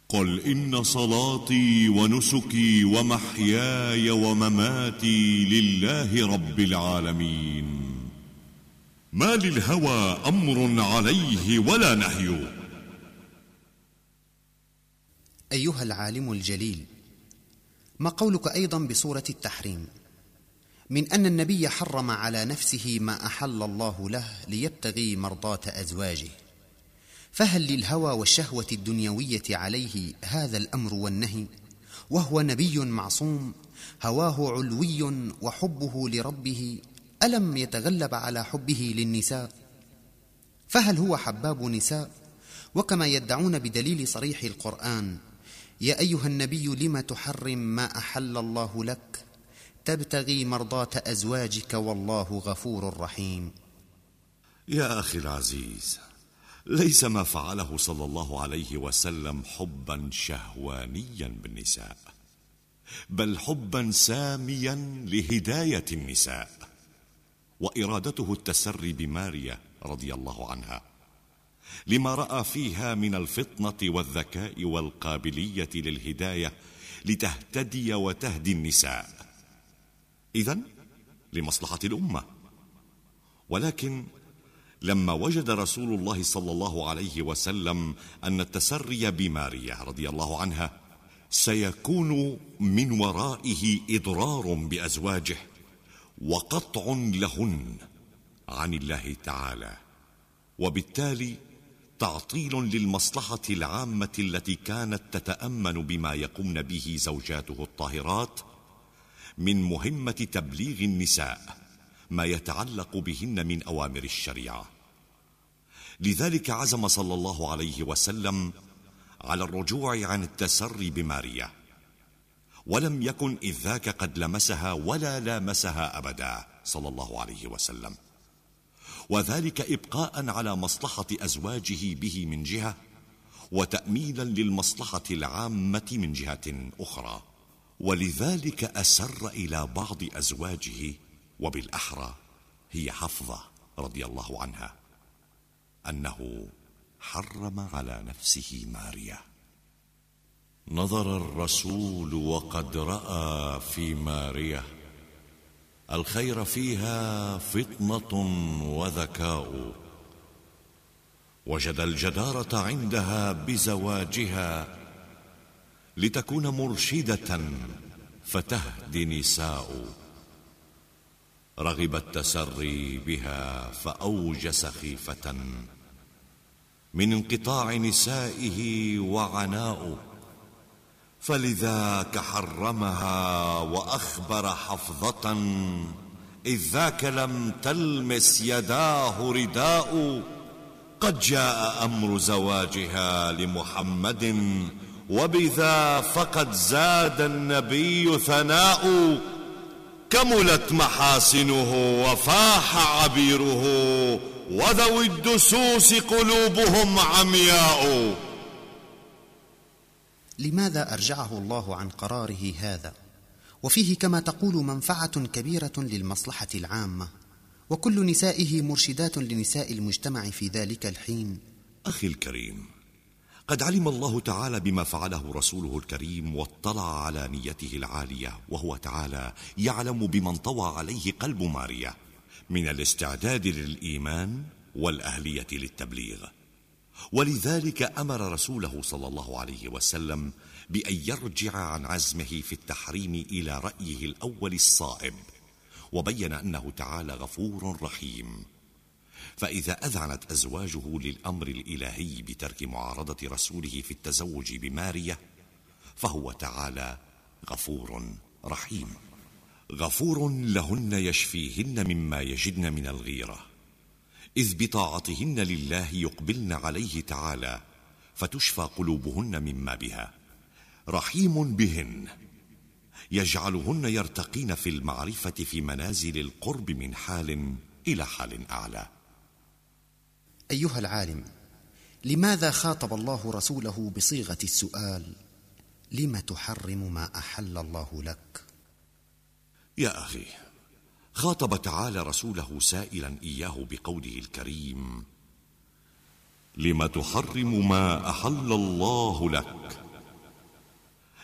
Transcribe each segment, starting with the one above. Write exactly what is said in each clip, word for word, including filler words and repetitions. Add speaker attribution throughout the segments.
Speaker 1: قل إن صلاتي ونسكي ومحياي ومماتي لله رب العالمين ما للهوى أمر عليه ولا نهي.
Speaker 2: أيها العالم الجليل، ما قولك أيضا بصورة التحريم من أن النبي حرم على نفسه ما أحل الله له ليبتغي مرضاة أزواجه، فهل للهوى والشهوة الدنيوية عليه هذا الأمر والنهي وهو نبي معصوم هواه علوي وحبه لربه ألم يتغلب على حبه للنساء؟ فهل هو حباب نساء؟ وكما يدعون بدليل صريح القرآن: يا أيها النبي لم تحرم ما أحل الله لك تبتغي مرضاة أزواجك والله غفور رحيم.
Speaker 1: يا أخي العزيز، ليس ما فعله صلى الله عليه وسلم حبا شهوانيا بالنساء، بل حبا ساميا لهداية النساء، وإرادته التسري بماريا رضي الله عنها لما رأى فيها من الفطنة والذكاء والقابلية للهداية لتهتدي وتهدي النساء، إذن لمصلحة الأمة. ولكن لما وجد رسول الله صلى الله عليه وسلم أن التسري بماريا رضي الله عنها سيكون من ورائه إضرار بأزواجه وقطع لهن عن الله تعالى، وبالتالي تعطيل للمصلحة العامة التي كانت تتأمن بما يقومن به زوجاته الطاهرات من مهمة تبليغ النساء ما يتعلق بهن من أوامر الشريعة. لذلك عزم صلى الله عليه وسلم على الرجوع عن التسري بماريا، ولم يكن إذ ذاك قد لمسها ولا لامسها أبدا صلى الله عليه وسلم، وذلك إبقاء على مصلحة أزواجه به من جهة، وتأمينا للمصلحة العامة من جهة أخرى. ولذلك أسر إلى بعض أزواجه، وبالأحرى هي حفظة رضي الله عنها، أنه حرم على نفسه ماريا. نظر الرسول وقد رأى في ماريا الخير فيها فطنة وذكاء، وجد الجدارة عندها بزواجها لتكون مرشدة فتهدي نساء. رغب التسري بها فأوجس خيفة من انقطاع نسائه وعناء، فلذاك حرمها وأخبر حفظة إذ ذاك لم تلمس يداه رداء. قد جاء أمر زواجها لمحمد وبذا فقد زاد النبي ثناء. كملت محاسنه وفاح عبيره وذوي الدسوس قلوبهم عمياء.
Speaker 2: لماذا أرجعه الله عن قراره هذا وفيه كما تقول منفعة كبيرة للمصلحة العامة، وكل نسائه مرشدات لنساء المجتمع في ذلك الحين؟
Speaker 1: أخي الكريم، قد علم الله تعالى بما فعله رسوله الكريم واطلع على نيته العالية، وهو تعالى يعلم بمن طوى عليه قلب ماريا من الاستعداد للإيمان والأهلية للتبليغ. ولذلك أمر رسوله صلى الله عليه وسلم بأن يرجع عن عزمه في التحريم إلى رأيه الأول الصائب، وبين أنه تعالى غفور رحيم. فإذا أذعنت أزواجه للأمر الإلهي بترك معارضة رسوله في التزوج بماريا فهو تعالى غفور رحيم. غفور لهن يشفيهن مما يجدن من الغيرة، إذ بطاعتهن لله يقبلن عليه تعالى فتشفى قلوبهن مما بها. رحيم بهن يجعلهن يرتقين في المعرفة في منازل القرب من حال إلى حال أعلى.
Speaker 2: أيها العالم، لماذا خاطب الله رسوله بصيغة السؤال: لم تحرم ما أحل الله لك؟
Speaker 1: يا أخي، خاطب تعالى رسوله سائلا إياه بقوله الكريم: لم تحرم ما أحل الله لك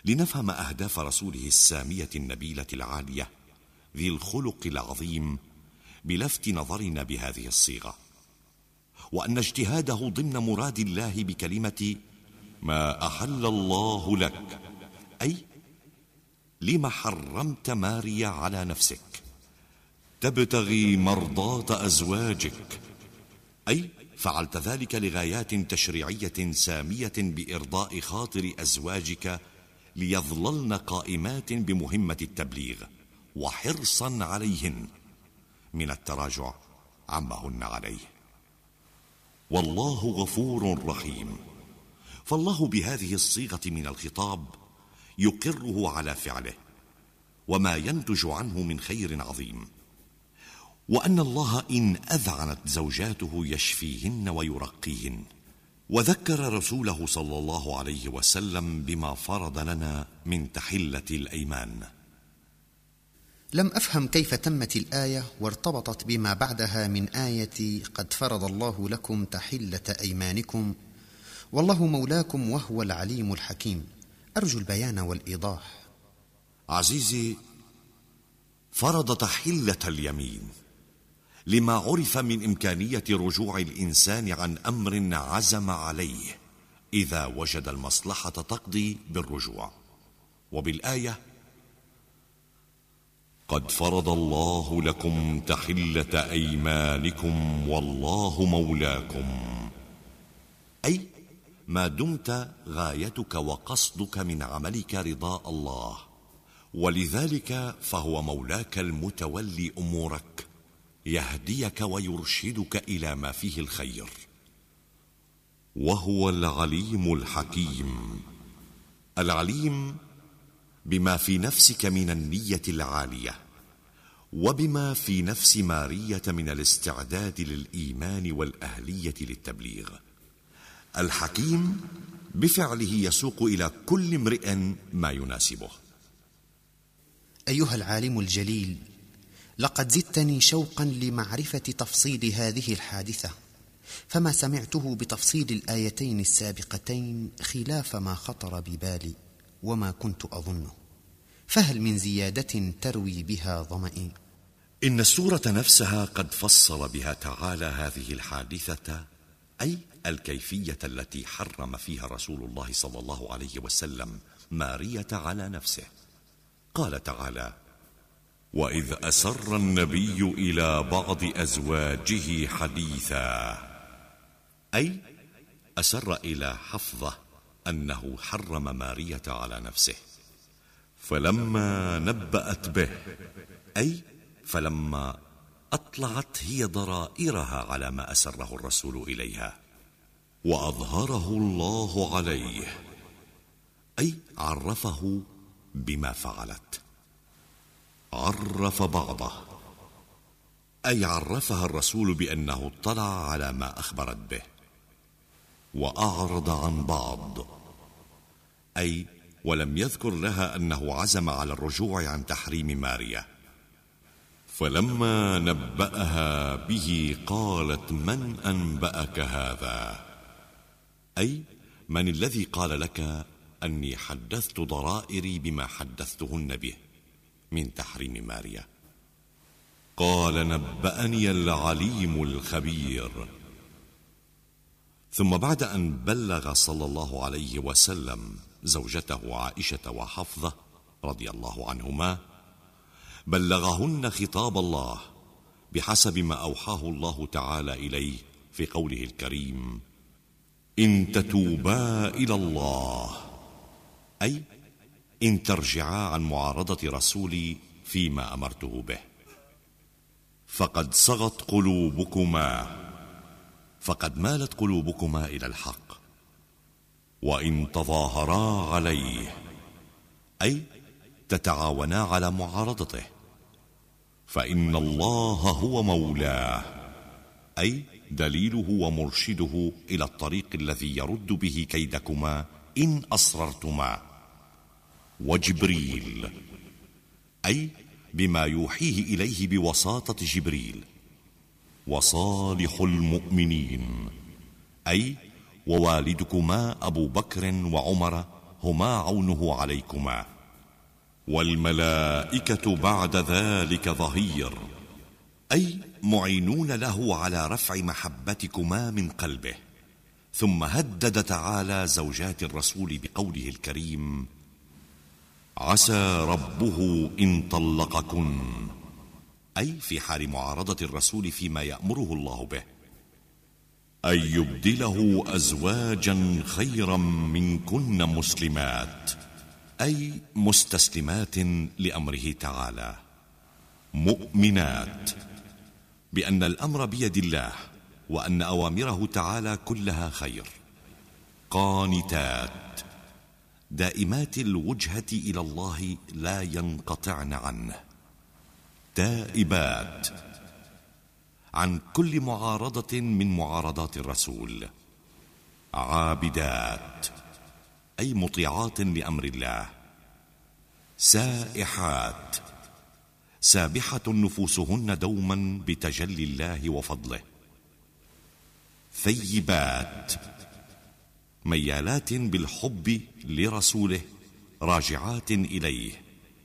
Speaker 1: لنفهم أهداف رسوله السامية النبيلة العالية ذي الخلق العظيم بلفت نظرنا بهذه الصيغة، وأن اجتهاده ضمن مراد الله بكلمة ما أحل الله لك، أي لما حرمت ماريا على نفسك تبتغي مرضاة أزواجك، أي فعلت ذلك لغايات تشريعية سامية بإرضاء خاطر أزواجك ليظللن قائمات بمهمة التبليغ وحرصا عليهن من التراجع عما هن عليه. والله غفور رحيم، فالله بهذه الصيغة من الخطاب يقره على فعله وما ينتج عنه من خير عظيم، وأن الله إن أذعنت زوجاته يشفيهن ويرقيهن. وذكر رسوله صلى الله عليه وسلم بما فرض لنا من تحلة الأيمان.
Speaker 2: لم أفهم كيف تمت الآية وارتبطت بما بعدها من آية قد فرض الله لكم تحلة أيمانكم والله مولاكم وهو العليم الحكيم. أرجو البيان والإيضاح.
Speaker 1: عزيزي، فرض تحلة اليمين لما عرف من إمكانية رجوع الإنسان عن أمر عزم عليه إذا وجد المصلحة تقضي بالرجوع. وبالآية قد فرض الله لكم تحلة أيمانكم والله مولاكم، أي ما دمت غايتك وقصدك من عملك رضاء الله، ولذلك فهو مولاك المتولي أمورك يهديك ويرشدك إلى ما فيه الخير. وهو العليم الحكيم، العليم بما في نفسك من النية العالية وبما في نفس مارية من الاستعداد للإيمان والأهلية للتبليغ. الحكيم بفعله يسوق إلى كل امرئ ما يناسبه.
Speaker 2: أيها العالم الجليل، لقد زدتني شوقا لمعرفة تفصيل هذه الحادثة، فما سمعته بتفصيل الآيتين السابقتين خلاف ما خطر ببالي وما كنت أظنه، فهل من زيادة تروي بها ظمئي؟
Speaker 1: إن السورة نفسها قد فصل بها تعالى هذه الحادثة، أي الكيفية التي حرم فيها رسول الله صلى الله عليه وسلم مارية على نفسه. قال تعالى: وإذ أسر النبي إلى بعض أزواجه حديثا، أي أسر إلى حفظة أنه حرم مارية على نفسه، فلما نبأت به، أي فلما أطلعت هي ضرائرها على ما أسره الرسول إليها، وأظهره الله عليه، أي عرفه بما فعلت. عرف بعضه، أي عرفها الرسول بأنه اطلع على ما أخبرت به، وأعرض عن بعض، أي ولم يذكر لها أنه عزم على الرجوع عن تحريم مارية. فلما نبأها به قالت: من أنبأك هذا؟ أي من الذي قال لك أني حدثت ضرائري بما حدثتهن به من تحريم مارية؟ قال: نبأني العليم الخبير. ثم بعد أن بلغ صلى الله عليه وسلم زوجته عائشة وحفظة رضي الله عنهما، بلغهن خطاب الله بحسب ما أوحاه الله تعالى إليه في قوله الكريم: إن تتوبا إلى الله، أي إن ترجعا عن معارضة رسولي فيما أمرته به، فقد صغت قلوبكما، فقد مالت قلوبكما إلى الحق. وإن تظاهرا عليه، أي تتعاونا على معارضته، فإن الله هو مولاه، أي دليله ومرشده إلى الطريق الذي يرد به كيدكما إن أصررتما. وجبريل، أي بما يوحيه إليه بواسطة جبريل. وصالح المؤمنين، أي ووالدكما أبو بكر وعمر هما عونه عليكما، والملائكة بعد ذلك ظهير، أي معينون له على رفع محبتكما من قلبه. ثم هدد تعالى زوجات الرسول بقوله الكريم: عسى ربه إن طلقكن، أي في حال معارضة الرسول فيما يأمره الله به، أن يبدله أزواجا خيرا منكن مسلمات، أي مستسلمات لأمره تعالى، مؤمنات، بأن الأمر بيد الله، وأن أوامره تعالى كلها خير، قانتات، دائمات الوجهة إلى الله لا ينقطعن عنه، تائبات عن كل معارضة من معارضات الرسول، عابدات، أي مطيعات لأمر الله، سائحات، سابحة نفوسهن دوما بتجلي الله وفضله، ثيبات، ميالات بالحب لرسوله راجعات إليه،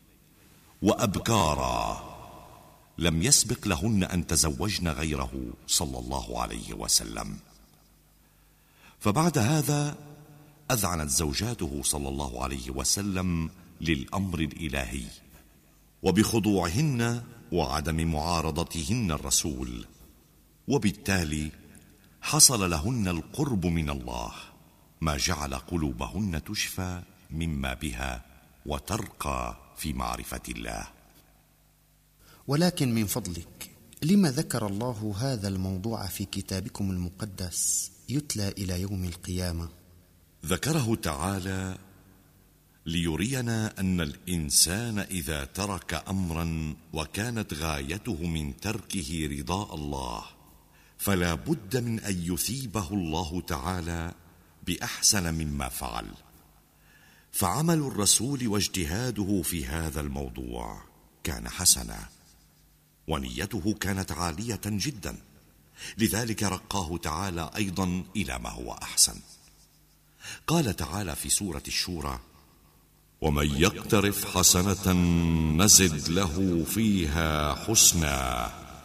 Speaker 1: وأبكارا، لم يسبق لهن أن تزوجن غيره صلى الله عليه وسلم. فبعد هذا أذعنت زوجاته صلى الله عليه وسلم للأمر الإلهي، وبخضوعهن وعدم معارضتهن الرسول، وبالتالي حصل لهن القرب من الله، ما جعل قلوبهن تشفى مما بها وترقى في معرفة الله.
Speaker 2: ولكن من فضلك، لما ذكر الله هذا الموضوع في كتابكم المقدس يتلى إلى يوم القيامة؟
Speaker 1: ذكره تعالى ليرينا أن الإنسان إذا ترك أمرا وكانت غايته من تركه رضاء الله، فلا بد من أن يثيبه الله تعالى بأحسن مما فعل. فعمل الرسول واجتهاده في هذا الموضوع كان حسنا، ونيته كانت عالية جدا، لذلك رقاه تعالى أيضا إلى ما هو أحسن. قال تعالى في سورة الشورى: ومن يقترف حسنة نزد له فيها حسنا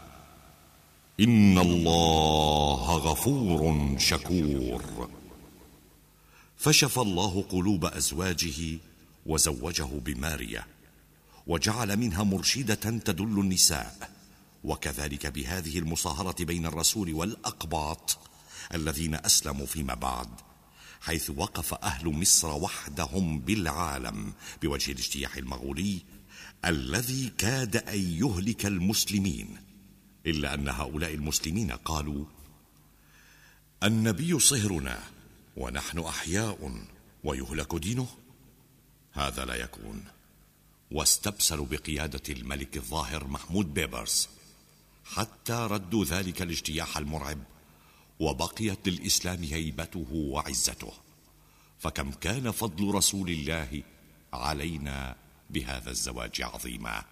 Speaker 1: إن الله غفور شكور. فشفى الله قلوب أزواجه وزوجه بماريا، وجعل منها مرشدة تدل النساء، وكذلك بهذه المصاهرة بين الرسول والأقباط الذين أسلموا فيما بعد، حيث وقف أهل مصر وحدهم بالعالم بوجه الاجتياح المغولي الذي كاد أن يهلك المسلمين، إلا أن هؤلاء المسلمين قالوا: النبي صهرنا ونحن أحياء ويهلك دينه، هذا لا يكون. واستبسلوا بقيادة الملك الظاهر محمود بيبرس حتى ردوا ذلك الاجتياح المرعب، وبقيت للإسلام هيبته وعزته. فكم كان فضل رسول الله علينا بهذا الزواج عظيما.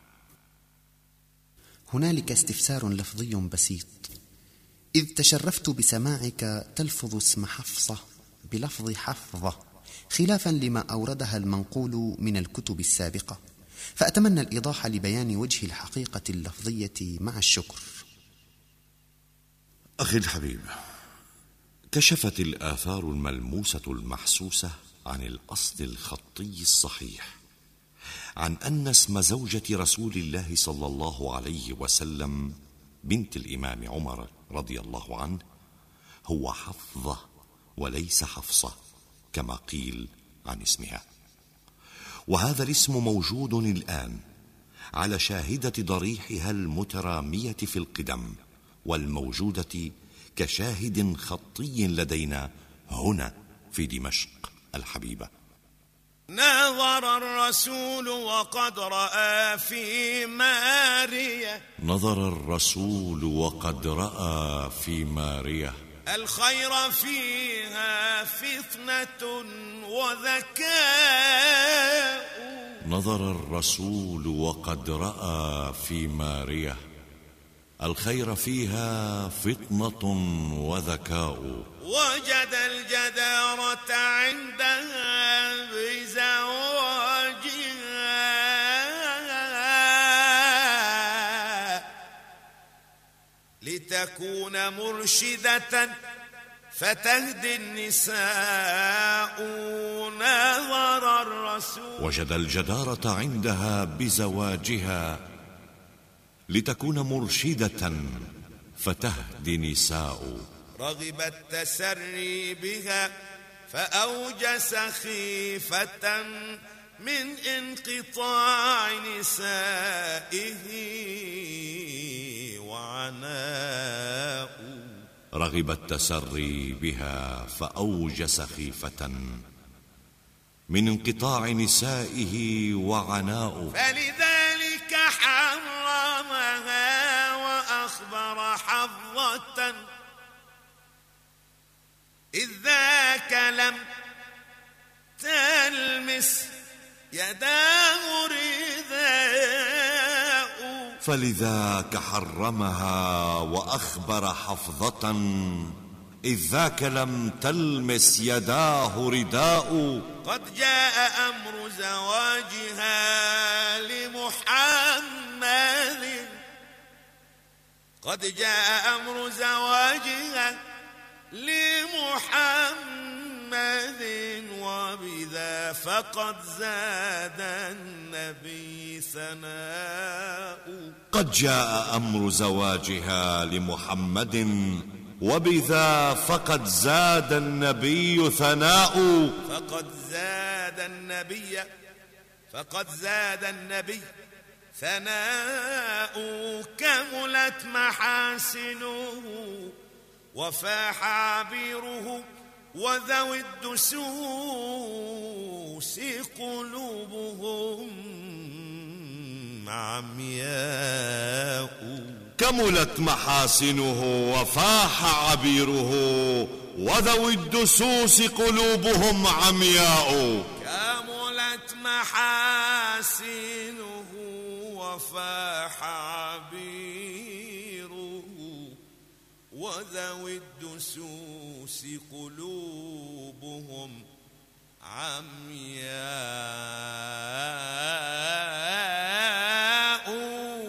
Speaker 2: هنالك استفسار لفظي بسيط: إذ تشرفت بسماعك تلفظ اسم حفصة بلفظ حفظة، خلافا لما أوردها المنقول من الكتب السابقة، فأتمنى الإيضاح لبيان وجه الحقيقة اللفظية مع الشكر.
Speaker 1: أخي الحبيب، كشفت الآثار الملموسة المحسوسة عن الأصل الخطي الصحيح عن أن اسم زوجة رسول الله صلى الله عليه وسلم بنت الإمام عمر رضي الله عنه هو حفظة وليس حفصة كما قيل عن اسمها. وهذا الاسم موجود الآن على شاهدة ضريحها المترامية في القدم، والموجودة كشاهد خطي لدينا هنا في دمشق الحبيبة.
Speaker 3: نظر الرسول وقد رأى في ماريا
Speaker 1: نظر الرسول وقد رأى في ماريا
Speaker 3: الخير فيها فتنة وذكاء.
Speaker 1: نظر الرسول وقد رأى في ماريا الخير فيها فطنة وذكاء.
Speaker 3: وجد الجدارة عندها بزاد لتكون مرشدة فتهدي النساء نظر الرسول.
Speaker 1: وجد الجدارة عندها بزواجها لتكون مرشدة فتهدي نساء.
Speaker 3: رغب التسري بها فأوجس خيفة من انقطاع نسائه وعناء.
Speaker 1: رغب التسري بها فأوجس خيفة من انقطاع نسائه وعناء.
Speaker 3: فلذلك حرمها وأخبر حظة إذ ذاك لم تلمس يداه رداء.
Speaker 1: فلذاك حرمها وأخبر حفظة إذ ذاك لم تلمس يداه رداء.
Speaker 3: قد جاء أمر زواجها لمحمد قد جاء أمر زواجها لمحمد وبذا فقد زاد النبي ثناء.
Speaker 1: قد جاء أمر زواجها لمحمد وبذا فقد زاد النبي ثناء.
Speaker 3: فقد زاد النبي فقد زاد النبي ثناء. كملت محاسنه وفاح عبيره وذوي الدسوس قلوبهم عمياء.
Speaker 1: كملت محاسنه وفاح عبيره وذوي الدسوس قلوبهم عمياء.
Speaker 3: كملت محاسنه وفاح عبيره وذوي الدسوس قلوبهم عمياء.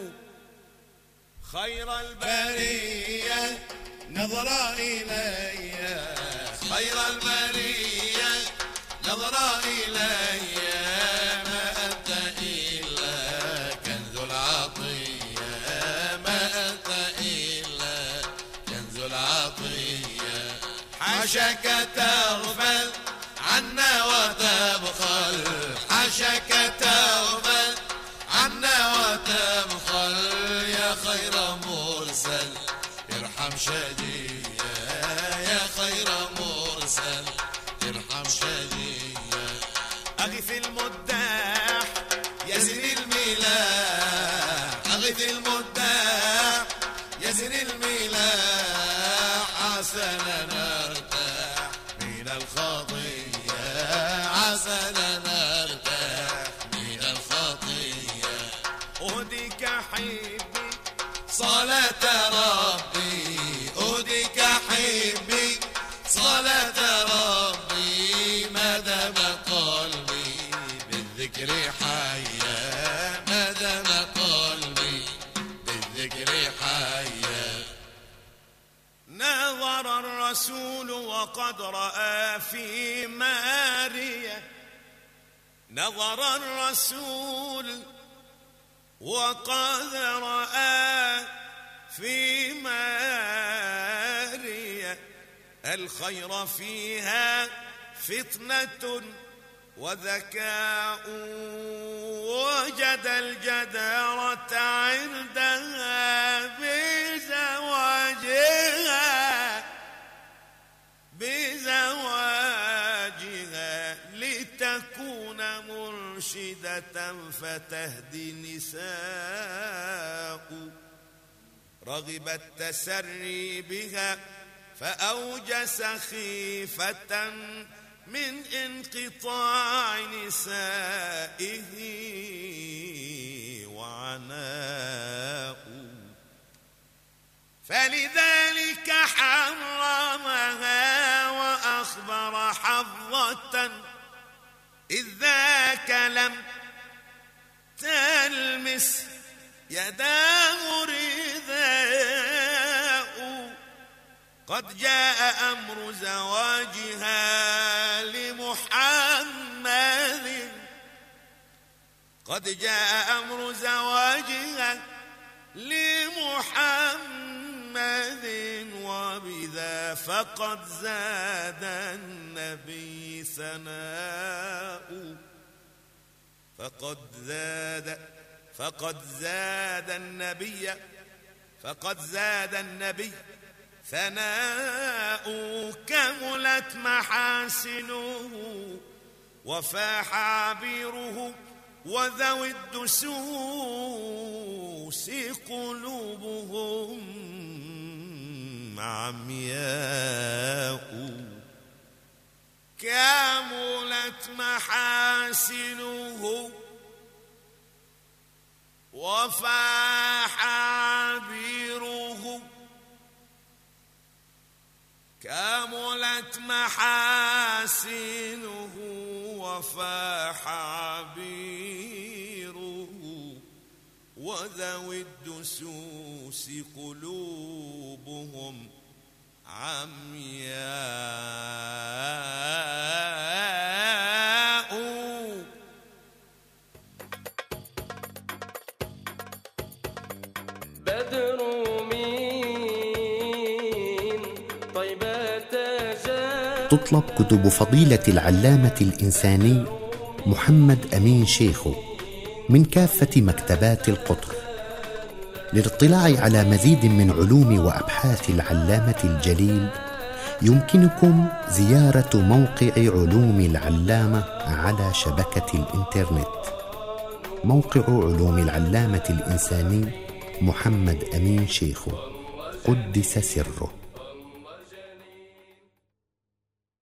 Speaker 3: خير البرية نظر إلي خير البرية نظر إلي ما أنت إلا كنز العطية ما أنت إلا كنز العطية. حاشاك تغفل عنا وتبخل حاشاك تغفل عنا وتبخل يا خير مرسل ارحم شديا يا خير مرسل ارحم شديا. أغث المداح يزن الملاح أغث المداح يزن الملاح عسى نرتاح من الخطية عسى نرتاح من الخطية. أهديك حبي صلاة ربي أهديك حبي صلاة ربي ما دام قلبي بالذكر حيا ما دام قلبي بالذكر حيا. نظر الرسول وقد رأى في ماريا نظر الرسول وقد رأى في ماريا الخير فيها فتنة وذكاء. وجد الجدارة عندها بزواجها بزواجها لتكون مرشدة فتهدي نساء. رغب التسري بها فأوجس خيفة من انقطاع نسائه وعناء. فلذلك حرمها وأخبر حظة إذ ذاك لم تلمس يداه رداء. قد جاء أمر زواجها لمحمد قد جاء أمر زواجها لمحمد وبذا فقد زاد النبي ثناء فقد زاد فقد زاد النبي فقد زاد النبي ثناء كملت محاسنه وفاح عبيره وذوي الدسوس قلوبهم عمياء كملت محاسنه وفاح عبيره كملت محاسنه وفاح عبيره وذوي الدسوس قلوبهم عمياء.
Speaker 4: بدر من طيبات جاء.
Speaker 2: تطلب كتب فضيلة العلامة الإنساني محمد أمين شيخو من كافة مكتبات القطر. للاطلاع على مزيد من علوم وأبحاث العلامة الجليل يمكنكم زيارة موقع علوم العلامة على شبكة الإنترنت. موقع علوم العلامة الإنساني محمد أمين شيخو قدس سره.